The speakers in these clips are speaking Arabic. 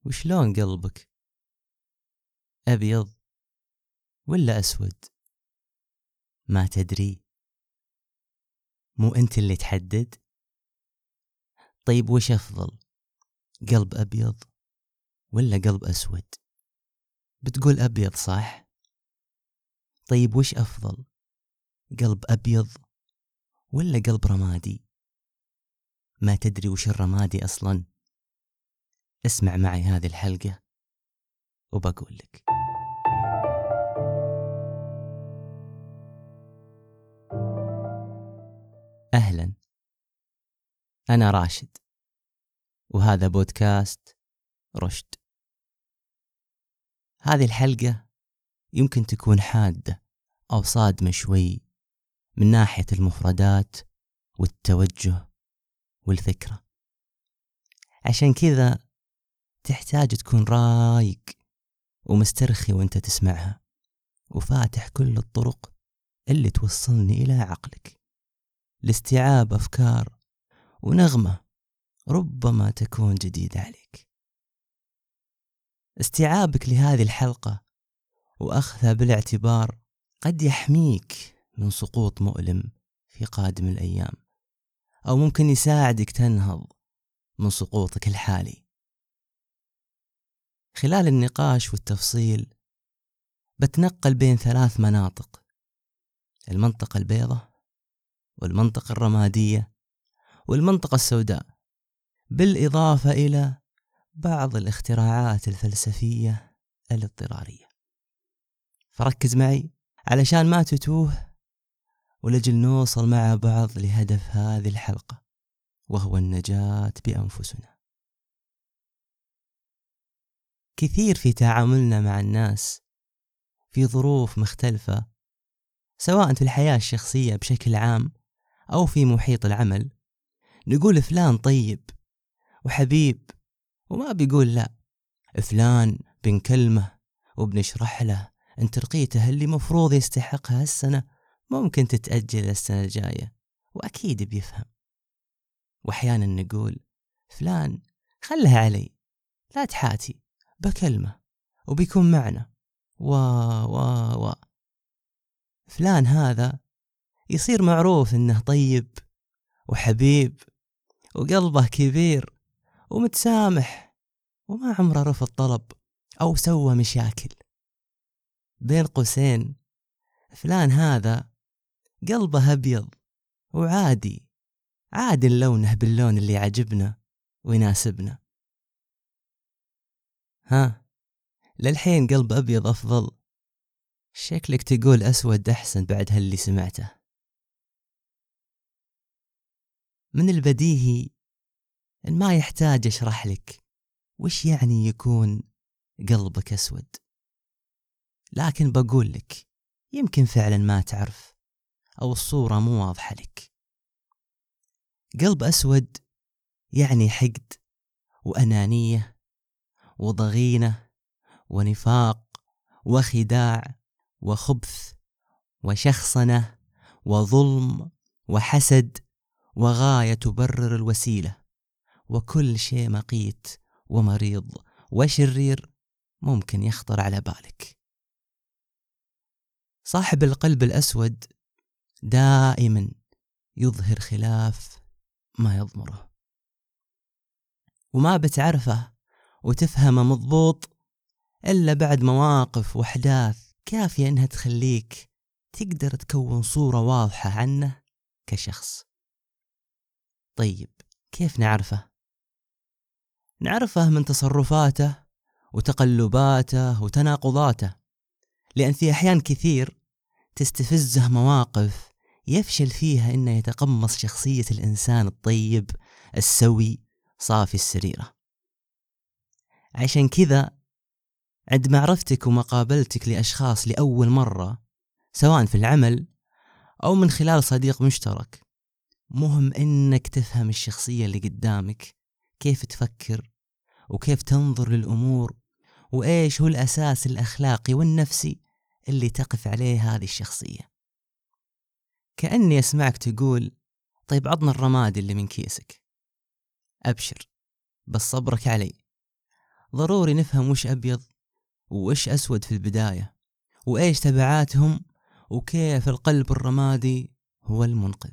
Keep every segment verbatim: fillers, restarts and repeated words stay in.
وشلون قلبك؟ أبيض ولا أسود؟ ما تدري؟ مو أنت اللي تحدد؟ طيب وش أفضل؟ قلب أبيض ولا قلب أسود؟ بتقول أبيض صح؟ طيب وش أفضل؟ قلب أبيض ولا قلب رمادي؟ ما تدري وش الرمادي أصلاً؟ اسمع معي هذه الحلقة وبقول لك. أهلاً، أنا راشد وهذا بودكاست رشد. هذه الحلقة يمكن تكون حادة أو صادمة شوي من ناحية المفردات والتوجه والفكرة، عشان كذا تحتاج تكون رايق ومسترخي وانت تسمعها، وفاتح كل الطرق اللي توصلني إلى عقلك لاستيعاب أفكار ونغمة ربما تكون جديدة عليك. استيعابك لهذه الحلقة وأخذها بالاعتبار قد يحميك من سقوط مؤلم في قادم الأيام، أو ممكن يساعدك تنهض من سقوطك الحالي. خلال النقاش والتفصيل بتنقل بين ثلاث مناطق: المنطقة البيضاء والمنطقة الرمادية والمنطقة السوداء، بالإضافة إلى بعض الاختراعات الفلسفية الاضطرارية. فركز معي علشان ما تتوه، ولجل نوصل مع بعض لهدف هذه الحلقة، وهو النجاة بأنفسنا. كثير في تعاملنا مع الناس في ظروف مختلفة، سواء في الحياة الشخصية بشكل عام أو في محيط العمل، نقول فلان طيب وحبيب، وما بيقول لا فلان بنكلمه وبنشرح له ان ترقيته اللي مفروض يستحقها السنة ممكن تتأجل السنة الجاية، وأكيد بيفهم. وأحيانا نقول فلان خلها علي، لا تحاتي، بكلمه وبيكون معنا وا وا وا فلان هذا يصير معروف انه طيب وحبيب وقلبه كبير ومتسامح وما عمره رفض طلب أو سوى مشاكل. بين قوسين فلان هذا قلبه أبيض وعادي، عادل لونه باللون اللي يعجبنا ويناسبنا. ها، للحين قلب أبيض أفضل؟ شكلك تقول أسود أحسن بعد هاللي سمعته. من البديهي إن ما يحتاج أشرح لك وش يعني يكون قلبك أسود، لكن بقول لك يمكن فعلا ما تعرف أو الصورة مو واضحة لك. قلب أسود يعني حقد وأنانية وضغينة ونفاق وخداع وخبث وشخصنة وظلم وحسد وغاية تبرر الوسيلة، وكل شيء مقيت ومريض وشرير ممكن يخطر على بالك. صاحب القلب الأسود دائما يظهر خلاف ما يضمره، وما بتعرفه وتفهمه مضبوط إلا بعد مواقف وأحداث كافية إنها تخليك تقدر تكون صورة واضحة عنه كشخص. طيب كيف نعرفه؟ نعرفه من تصرفاته وتقلباته وتناقضاته، لأن في أحيان كثير تستفزه مواقف يفشل فيها إنه يتقمص شخصية الإنسان الطيب السوي صافي السريرة. عشان كذا عند معرفتك ومقابلتك لأشخاص لأول مرة، سواء في العمل أو من خلال صديق مشترك، مهم إنك تفهم الشخصية اللي قدامك كيف تفكر وكيف تنظر للأمور، وإيش هو الأساس الأخلاقي والنفسي اللي تقف عليه هذه الشخصية. كأني أسمعك تقول طيب عطنا الرماد اللي من كيسك. أبشر، بس صبرك علي، ضروري نفهم وش أبيض وش أسود في البداية، وإيش تبعاتهم، وكيف القلب الرمادي هو المنقذ.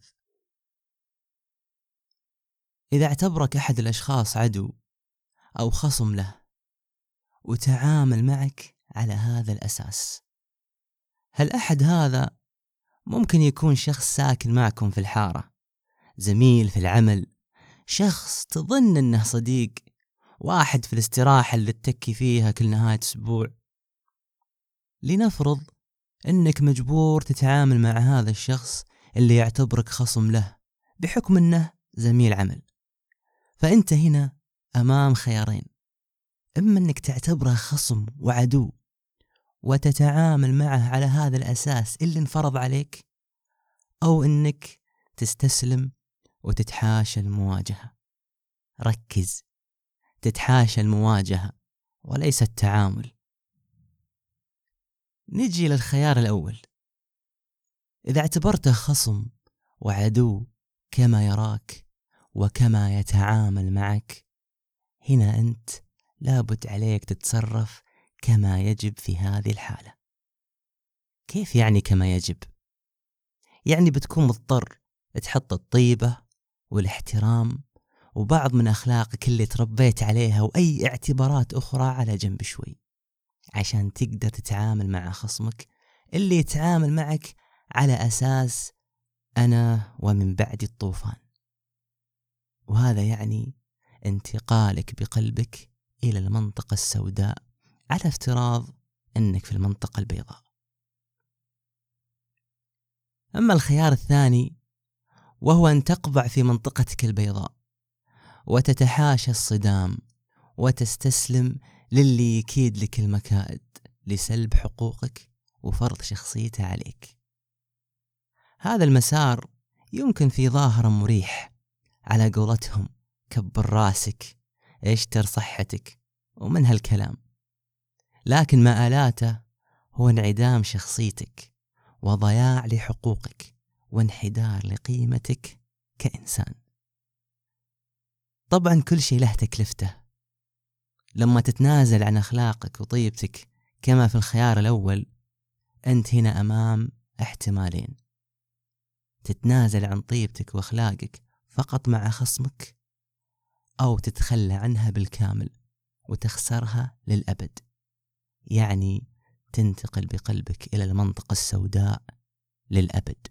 إذا اعتبرك أحد الأشخاص عدو أو خصم له وتعامل معك على هذا الأساس، هل أحد هذا ممكن يكون شخص ساكن معكم في الحارة، زميل في العمل، شخص تظن أنه صديق، واحد في الاستراحة اللي تتكي فيها كل نهاية أسبوع. لنفرض أنك مجبور تتعامل مع هذا الشخص اللي يعتبرك خصم له بحكم أنه زميل عمل، فأنت هنا أمام خيارين: إما أنك تعتبره خصم وعدو وتتعامل معه على هذا الأساس اللي انفرض عليك، أو أنك تستسلم وتتحاشى المواجهة. ركز، تتحاشى المواجهة وليس التعامل. نجي للخيار الأول. إذا اعتبرته خصم وعدو كما يراك وكما يتعامل معك، هنا أنت لابد عليك تتصرف كما يجب في هذه الحالة. كيف يعني كما يجب؟ يعني بتكون مضطر تحط الطيبة والاحترام وبعض من أخلاقك اللي تربيت عليها وأي اعتبارات أخرى على جنب شوي، عشان تقدر تتعامل مع خصمك اللي يتعامل معك على أساس أنا ومن بعد الطوفان. وهذا يعني انتقالك بقلبك إلى المنطقة السوداء على افتراض أنك في المنطقة البيضاء. أما الخيار الثاني وهو أن تقبع في منطقتك البيضاء وتتحاشى الصدام وتستسلم للي يكيد لك المكائد لسلب حقوقك وفرض شخصيته عليك. هذا المسار يمكن في ظاهر مريح، على قولتهم كبر راسك، اشتر صحتك ومن هالكلام، لكن مآلاته هو انعدام شخصيتك وضياع لحقوقك وانحدار لقيمتك كإنسان. طبعا كل شيء له تكلفته. لما تتنازل عن أخلاقك وطيبتك كما في الخيار الأول، أنت هنا أمام احتمالين: تتنازل عن طيبتك وأخلاقك فقط مع خصمك، أو تتخلى عنها بالكامل وتخسرها للأبد، يعني تنتقل بقلبك إلى المنطقة السوداء للأبد.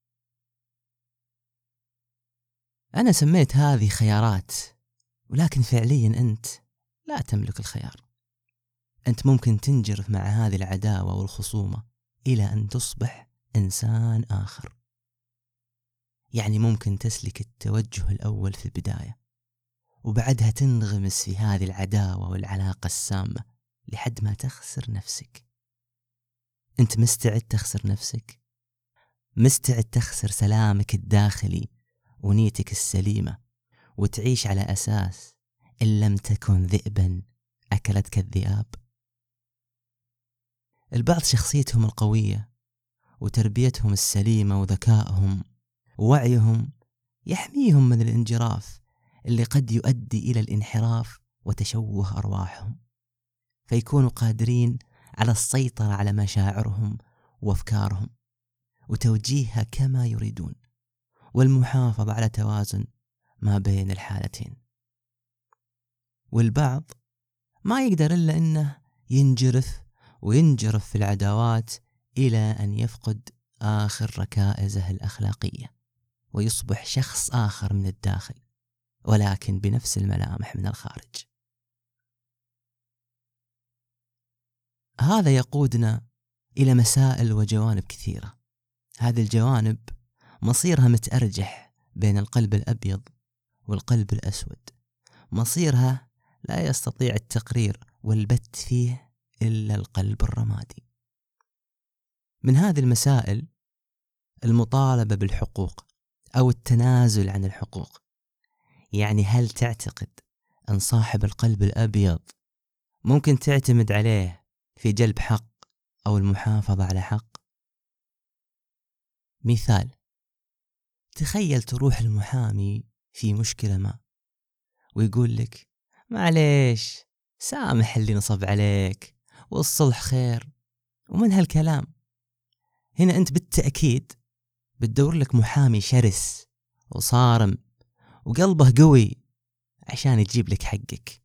أنا سميت هذه خيارات، ولكن فعليا أنت لا تملك الخيار. أنت ممكن تنجرف مع هذه العداوة والخصومة إلى أن تصبح إنسان آخر. يعني ممكن تسلك التوجه الأول في البداية وبعدها تنغمس في هذه العداوة والعلاقة السامة لحد ما تخسر نفسك. أنت مستعد تخسر نفسك؟ مستعد تخسر سلامك الداخلي ونيتك السليمة وتعيش على أساس إن لم تكن ذئبا أكلتك الذئاب؟ البعض شخصيتهم القوية وتربيتهم السليمة وذكائهم ووعيهم يحميهم من الانجراف اللي قد يؤدي إلى الانحراف وتشوه أرواحهم، فيكونوا قادرين على السيطرة على مشاعرهم وأفكارهم وتوجيهها كما يريدون، والمحافظة على توازن ما بين الحالتين. والبعض ما يقدر إلا أنه ينجرف وينجرف في العداوات إلى أن يفقد آخر ركائزه الأخلاقية ويصبح شخص آخر من الداخل، ولكن بنفس الملامح من الخارج. هذا يقودنا إلى مسائل وجوانب كثيرة. هذه الجوانب مصيرها متأرجح بين القلب الأبيض والقلب الأسود، مصيرها لا يستطيع التقرير والبت فيه إلا القلب الرمادي. من هذه المسائل المطالبة بالحقوق أو التنازل عن الحقوق. يعني هل تعتقد أن صاحب القلب الأبيض ممكن تعتمد عليه في جلب حق أو المحافظة على حق؟ مثال: تخيل تروح المحامي في مشكلة ما ويقول لك معليش سامح اللي نصب عليك، والصلح خير، ومن هالكلام. هنا أنت بالتأكيد بتدور لك محامي شرس وصارم وقلبه قوي عشان يجيب لك حقك.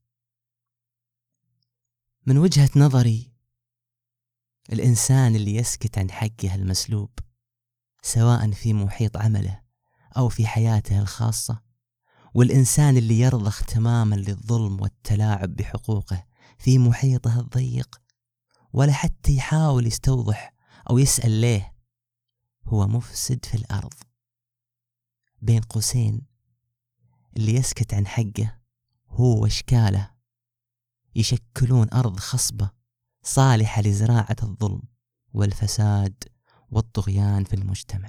من وجهة نظري، الإنسان اللي يسكت عن حقه المسلوب سواء في محيط عمله أو في حياته الخاصة، والإنسان اللي يرضخ تماما للظلم والتلاعب بحقوقه في محيطه الضيق ولا حتى يحاول يستوضح أو يسأل ليه، هو مفسد في الأرض. بين قوسين، اللي يسكت عن حقه هو واشكاله يشكلون أرض خصبة صالحة لزراعة الظلم والفساد والطغيان في المجتمع.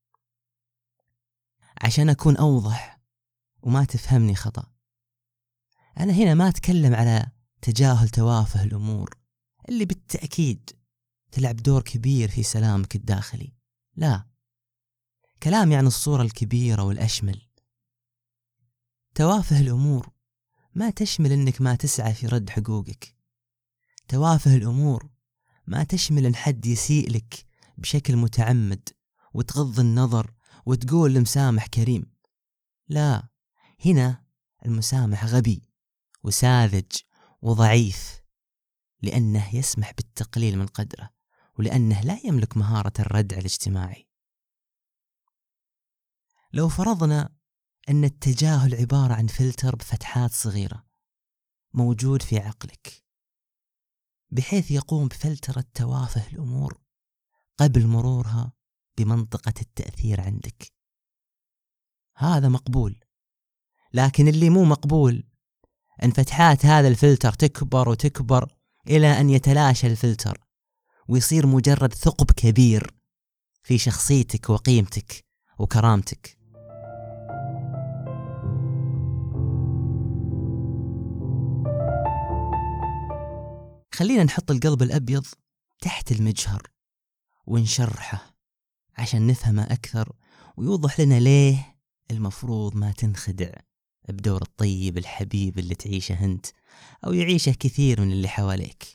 عشان أكون أوضح وما تفهمني خطأ، أنا هنا ما أتكلم على تجاهل توافه الأمور اللي بالتأكيد تلعب دور كبير في سلامك الداخلي، لا، كلامي عن الصورة الكبيرة والأشمل. توافه الأمور ما تشمل أنك ما تسعى في رد حقوقك. توافه الأمور ما تشمل أن حد يسيء لك بشكل متعمد وتغض النظر وتقول المسامح كريم. لا، هنا المسامح غبي وساذج وضعيف، لأنه يسمح بالتقليل من قدره، ولأنه لا يملك مهارة الردع الاجتماعي. لو فرضنا أن التجاهل عبارة عن فلتر بفتحات صغيرة موجود في عقلك، بحيث يقوم بفلترة توافه الأمور قبل مرورها بمنطقة التأثير عندك، هذا مقبول. لكن اللي مو مقبول أن فتحات هذا الفلتر تكبر وتكبر إلى أن يتلاشى الفلتر ويصير مجرد ثقب كبير في شخصيتك وقيمتك وكرامتك. خلينا نحط القلب الأبيض تحت المجهر ونشرحه عشان نفهمه أكثر، ويوضح لنا ليه المفروض ما تنخدع بدور الطيب الحبيب اللي تعيشه أنت أو يعيشه كثير من اللي حواليك.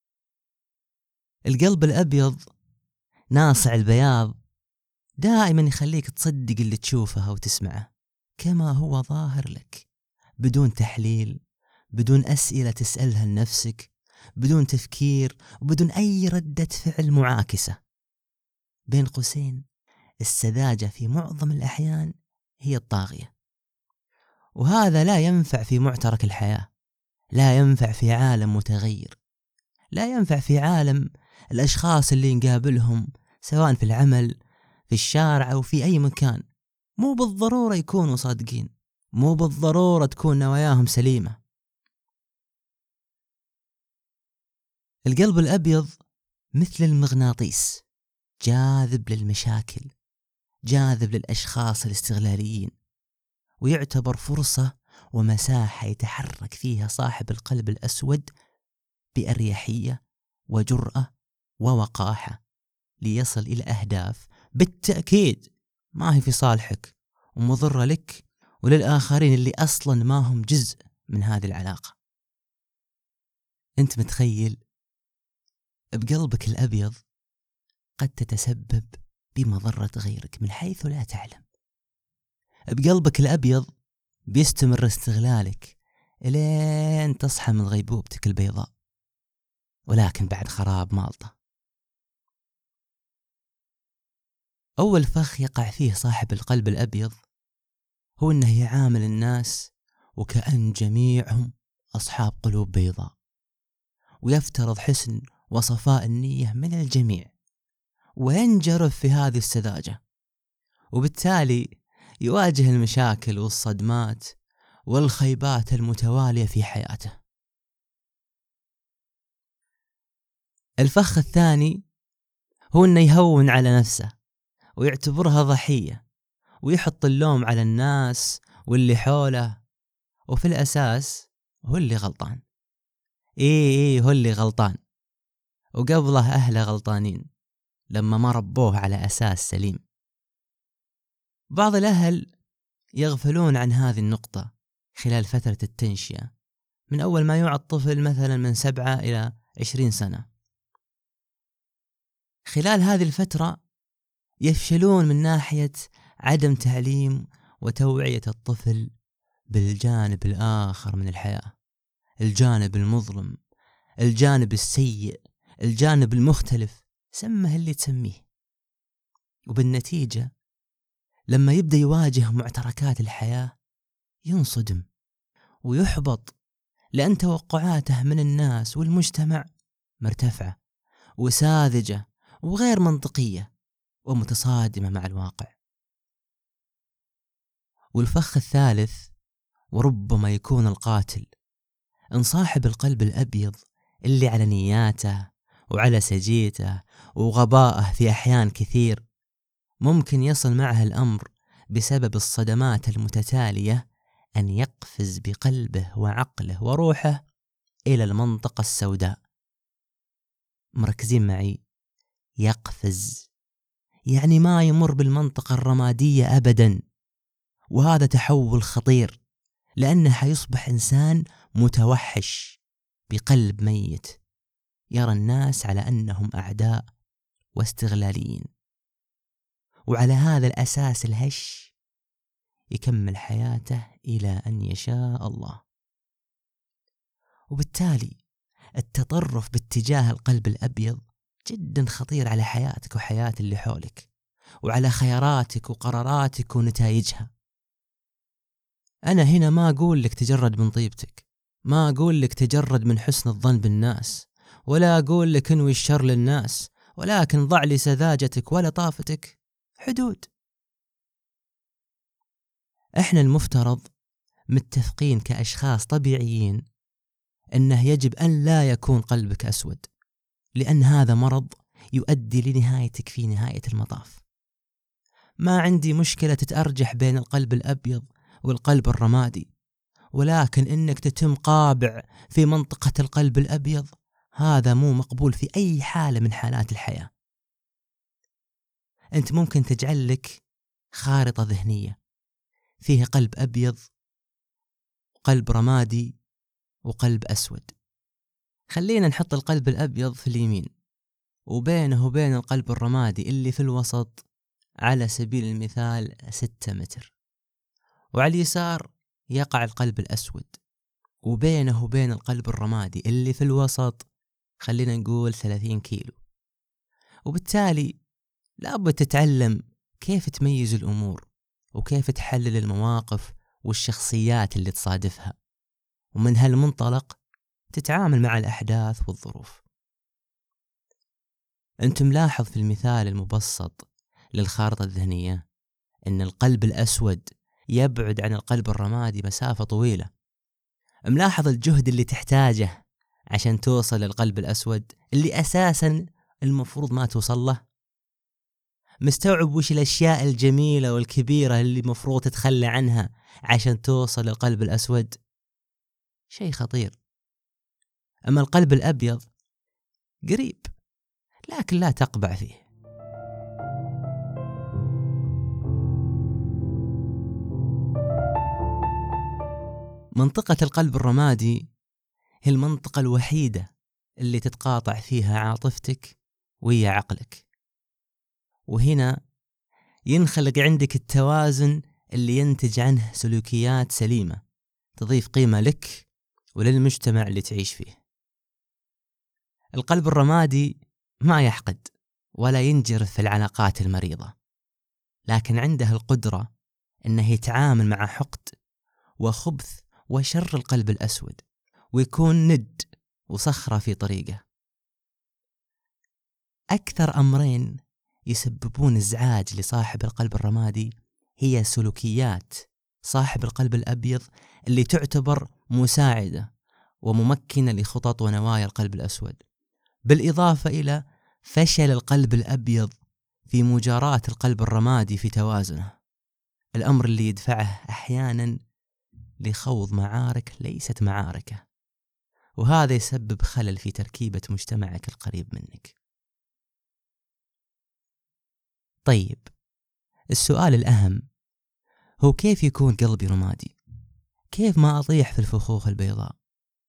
القلب الأبيض ناصع البياض دائما يخليك تصدق اللي تشوفه وتسمعه كما هو ظاهر لك، بدون تحليل، بدون أسئلة تسألها لنفسك، بدون تفكير، وبدون أي ردة فعل معاكسة. بين قوسين، السذاجة في معظم الأحيان هي الطاغية، وهذا لا ينفع في معترك الحياة، لا ينفع في عالم متغير، لا ينفع في عالم الأشخاص اللي نقابلهم سواء في العمل، في الشارع أو في أي مكان. مو بالضرورة يكونوا صادقين، مو بالضرورة تكون نواياهم سليمة. القلب الأبيض مثل المغناطيس، جاذب للمشاكل، جاذب للأشخاص الاستغلاليين، ويعتبر فرصة ومساحة يتحرك فيها صاحب القلب الأسود بأريحية وجرأة ووقاحة ليصل إلى أهداف بالتأكيد ما هي في صالحك ومضرة لك وللآخرين اللي أصلا ما هم جزء من هذه العلاقة. أنت متخيل بقلبك الأبيض قد تتسبب بمضرة غيرك من حيث لا تعلم. بقلبك الأبيض بيستمر استغلالك إلين تصحى من غيبوبتك البيضاء، ولكن بعد خراب مالطة. أول فخ يقع فيه صاحب القلب الأبيض هو أنه يعامل الناس وكأن جميعهم أصحاب قلوب بيضاء، ويفترض حسن وصفاء النية من الجميع، وينجرف في هذه السذاجة، وبالتالي يواجه المشاكل والصدمات والخيبات المتوالية في حياته. الفخ الثاني هو أنه يهون على نفسه ويعتبرها ضحية، ويحط اللوم على الناس واللي حوله، وفي الأساس هو اللي غلطان. إيه إيه هو اللي غلطان، وقبله أهله غلطانين لما ما ربوه على أساس سليم. بعض الأهل يغفلون عن هذه النقطة خلال فترة التنشئة من أول ما يوعى الطفل مثلا من سبعة إلى عشرين سنة. خلال هذه الفترة يفشلون من ناحية عدم تعليم وتوعية الطفل بالجانب الآخر من الحياة، الجانب المظلم، الجانب السيء، الجانب المختلف، سمه اللي تسميه. وبالنتيجة لما يبدأ يواجه معتركات الحياة ينصدم ويحبط، لأن توقعاته من الناس والمجتمع مرتفعة وساذجة وغير منطقية ومتصادمة مع الواقع. والفخ الثالث وربما يكون القاتل، إن صاحب القلب الأبيض اللي على نياته وعلى سجيته وغبائه في أحيان كثير ممكن يصل معه الأمر بسبب الصدمات المتتالية أن يقفز بقلبه وعقله وروحه إلى المنطقة السوداء. مركزين معي؟ يقفز يعني ما يمر بالمنطقة الرمادية أبدا، وهذا تحول خطير لأنه حيصبح إنسان متوحش بقلب ميت، يرى الناس على أنهم أعداء واستغلاليين، وعلى هذا الأساس الهش يكمل حياته إلى أن يشاء الله. وبالتالي التطرف باتجاه القلب الأبيض جدا خطير على حياتك وحياة اللي حولك، وعلى خياراتك وقراراتك ونتائجها. أنا هنا ما أقول لك تجرد من طيبتك، ما أقول لك تجرد من حسن الظن بالناس، ولا أقول لك انوي الشر للناس، ولكن ضع لسذاجتك ولطافتك حدود. احنا المفترض متفقين كأشخاص طبيعيين أنه يجب أن لا يكون قلبك أسود، لأن هذا مرض يؤدي لنهايتك في نهاية المطاف. ما عندي مشكلة تتأرجح بين القلب الأبيض والقلب الرمادي، ولكن إنك تتم قابع في منطقة القلب الأبيض هذا مو مقبول في أي حالة من حالات الحياة. أنت ممكن تجعل لك خارطة ذهنية فيها قلب أبيض وقلب رمادي وقلب أسود. خلينا نحط القلب الأبيض في اليمين، وبينه وبين القلب الرمادي اللي في الوسط على سبيل المثال ستة متر، وعلى اليسار يقع القلب الأسود، وبينه وبين القلب الرمادي اللي في الوسط خلينا نقول ثلاثين كيلو. وبالتالي لابد تتعلم كيف تميز الأمور وكيف تحلل المواقف والشخصيات اللي تصادفها، ومن هالمنطلق تتعامل مع الأحداث والظروف. أنت ملاحظ في المثال المبسط للخارطة الذهنية أن القلب الأسود يبعد عن القلب الرمادي مسافة طويلة. ملاحظ الجهد اللي تحتاجه عشان توصل للقلب الأسود اللي أساساً المفروض ما توصل له؟ مستوعب وش الأشياء الجميلة والكبيرة اللي مفروض تتخلى عنها عشان توصل للقلب الأسود؟ شيء خطير. أما القلب الأبيض قريب لكن لا تقبع فيه. منطقة القلب الرمادي هي المنطقة الوحيدة اللي تتقاطع فيها عاطفتك ويا عقلك، وهنا ينخلق عندك التوازن اللي ينتج عنه سلوكيات سليمة تضيف قيمة لك وللمجتمع اللي تعيش فيه. القلب الرمادي ما يحقد ولا ينجرف في العلاقات المريضة، لكن عنده القدرة أنه يتعامل مع حقد وخبث وشر القلب الأسود ويكون ند وصخرة في طريقه. أكثر أمرين يسببون ازعاج لصاحب القلب الرمادي هي سلوكيات صاحب القلب الأبيض اللي تعتبر مساعدة وممكنة لخطط ونوايا القلب الأسود، بالإضافة إلى فشل القلب الأبيض في مجاراة القلب الرمادي في توازنه، الأمر اللي يدفعه أحيانا لخوض معارك ليست معاركه، وهذا يسبب خلل في تركيبة مجتمعك القريب منك. طيب، السؤال الأهم هو كيف يكون قلبي رمادي؟ كيف ما أطيح في الفخوخ البيضاء؟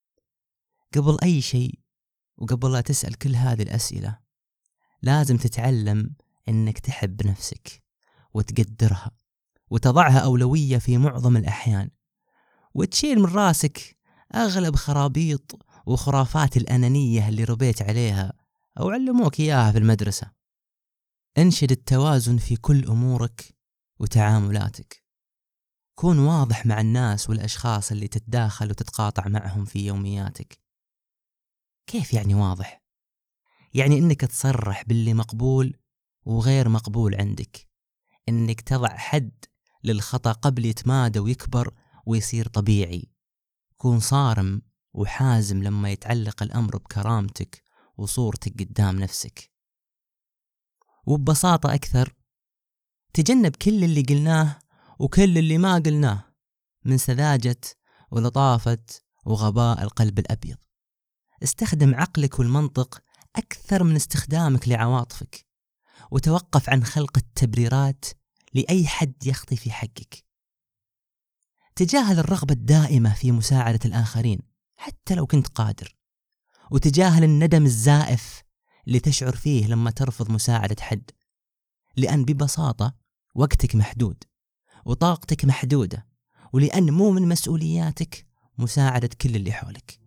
قبل أي شيء وقبل لا تسأل كل هذه الأسئلة لازم تتعلم إنك تحب نفسك وتقدرها وتضعها أولوية في معظم الأحيان، وتشيل من راسك أغلب خرابيط وخرافات الأنانية اللي ربيت عليها أو علموك إياها في المدرسة. انشد التوازن في كل أمورك وتعاملاتك. كون واضح مع الناس والأشخاص اللي تتداخل وتتقاطع معهم في يومياتك. كيف يعني واضح؟ يعني إنك تصرح باللي مقبول وغير مقبول عندك، إنك تضع حد للخطأ قبل يتمادى ويكبر ويصير طبيعي. كون صارم وحازم لما يتعلق الأمر بكرامتك وصورتك قدام نفسك. وببساطة أكثر تجنب كل اللي قلناه وكل اللي ما قلناه من سذاجة ولطافة وغباء القلب الأبيض. استخدم عقلك والمنطق أكثر من استخدامك لعواطفك، وتوقف عن خلق التبريرات لأي حد يخطي في حقك. تجاهل الرغبة الدائمة في مساعدة الآخرين حتى لو كنت قادر، وتجاهل الندم الزائف اللي تشعر فيه لما ترفض مساعدة حد، لأن ببساطة وقتك محدود وطاقتك محدودة، ولأن مو من مسؤولياتك مساعدة كل اللي حولك.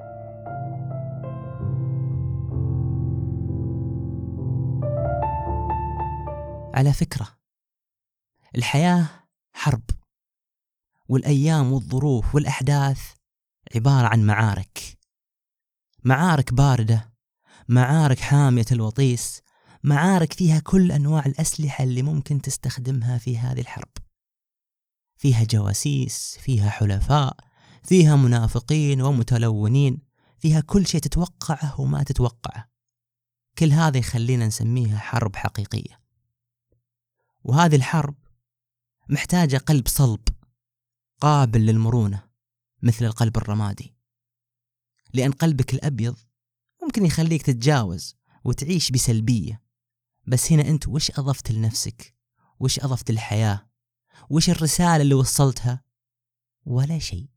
على فكرة، الحياة حرب، والأيام والظروف والأحداث عبارة عن معارك. معارك باردة، معارك حامية الوطيس، معارك فيها كل أنواع الأسلحة اللي ممكن تستخدمها في هذه الحرب. فيها جواسيس، فيها حلفاء، فيها منافقين ومتلونين، فيها كل شيء تتوقعه وما تتوقعه. كل هذا يخلينا نسميها حرب حقيقية. وهذه الحرب محتاجة قلب صلب قابل للمرونة مثل القلب الرمادي، لأن قلبك الأبيض ممكن يخليك تتجاوز وتعيش بسلبية، بس هنا أنت وش أضفت لنفسك؟ وش أضفت للحياة؟ وش الرسالة اللي وصلتها؟ ولا شيء.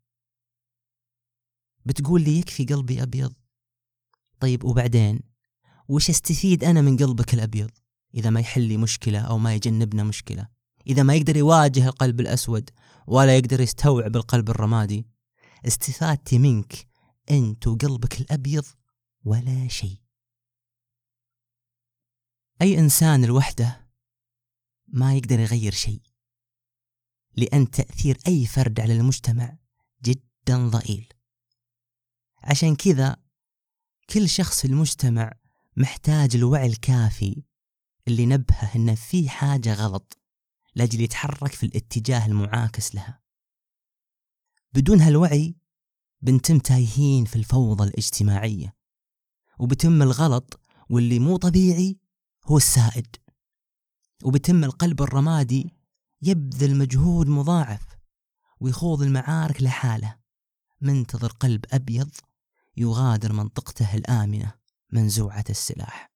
بتقول لي يكفي قلبي أبيض؟ طيب وبعدين وش استفيد أنا من قلبك الأبيض إذا ما يحل لي مشكلة أو ما يجنبنا مشكلة؟ إذا ما يقدر يواجه القلب الأسود ولا يقدر يستوعب القلب الرمادي، استفادتي منك أنت وقلبك الأبيض ولا شيء. أي إنسان لوحده ما يقدر يغير شيء، لأن تأثير أي فرد على المجتمع جدا ضئيل. عشان كذا كل شخص في المجتمع محتاج الوعي الكافي اللي نبهه إن في حاجة غلط لأجل يتحرك في الاتجاه المعاكس لها. بدون هالوعي بنتم تايهين في الفوضى الاجتماعية، وبتم الغلط واللي مو طبيعي هو السائد، وبتم القلب الرمادي يبذل مجهود مضاعف ويخوض المعارك لحاله، منتظر قلب أبيض يغادر منطقته الآمنة منزوعة السلاح.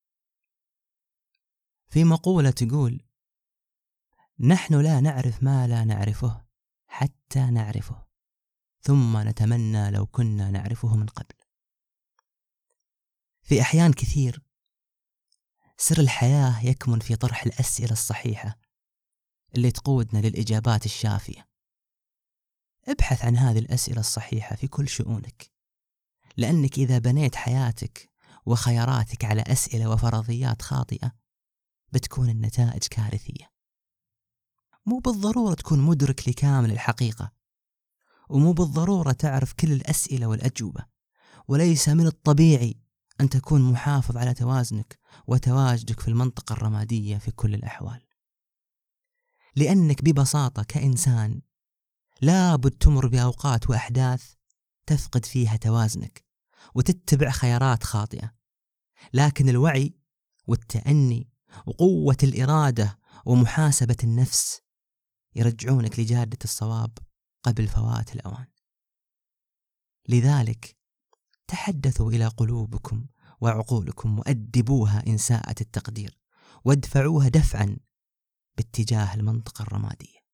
في مقولة تقول: نحن لا نعرف ما لا نعرفه حتى نعرفه، ثم نتمنى لو كنا نعرفه من قبل. في أحيان كثير سر الحياة يكمن في طرح الأسئلة الصحيحة اللي تقودنا للإجابات الشافية. ابحث عن هذه الأسئلة الصحيحة في كل شؤونك، لأنك إذا بنيت حياتك وخياراتك على أسئلة وفرضيات خاطئة بتكون النتائج كارثية. مو بالضرورة تكون مدرك لكامل الحقيقة، ومو بالضرورة تعرف كل الأسئلة والأجوبة، وليس من الطبيعي أن تكون محافظ على توازنك وتواجدك في المنطقة الرمادية في كل الأحوال، لأنك ببساطة كإنسان لابد تمر بأوقات وأحداث تفقد فيها توازنك وتتبع خيارات خاطئة. لكن الوعي والتأني وقوة الإرادة ومحاسبة النفس يرجعونك لجادة الصواب قبل فوات الأوان. لذلك تحدثوا إلى قلوبكم وعقولكم وأدبوها إن ساءت التقدير، وادفعوها دفعا باتجاه المنطقة الرمادية.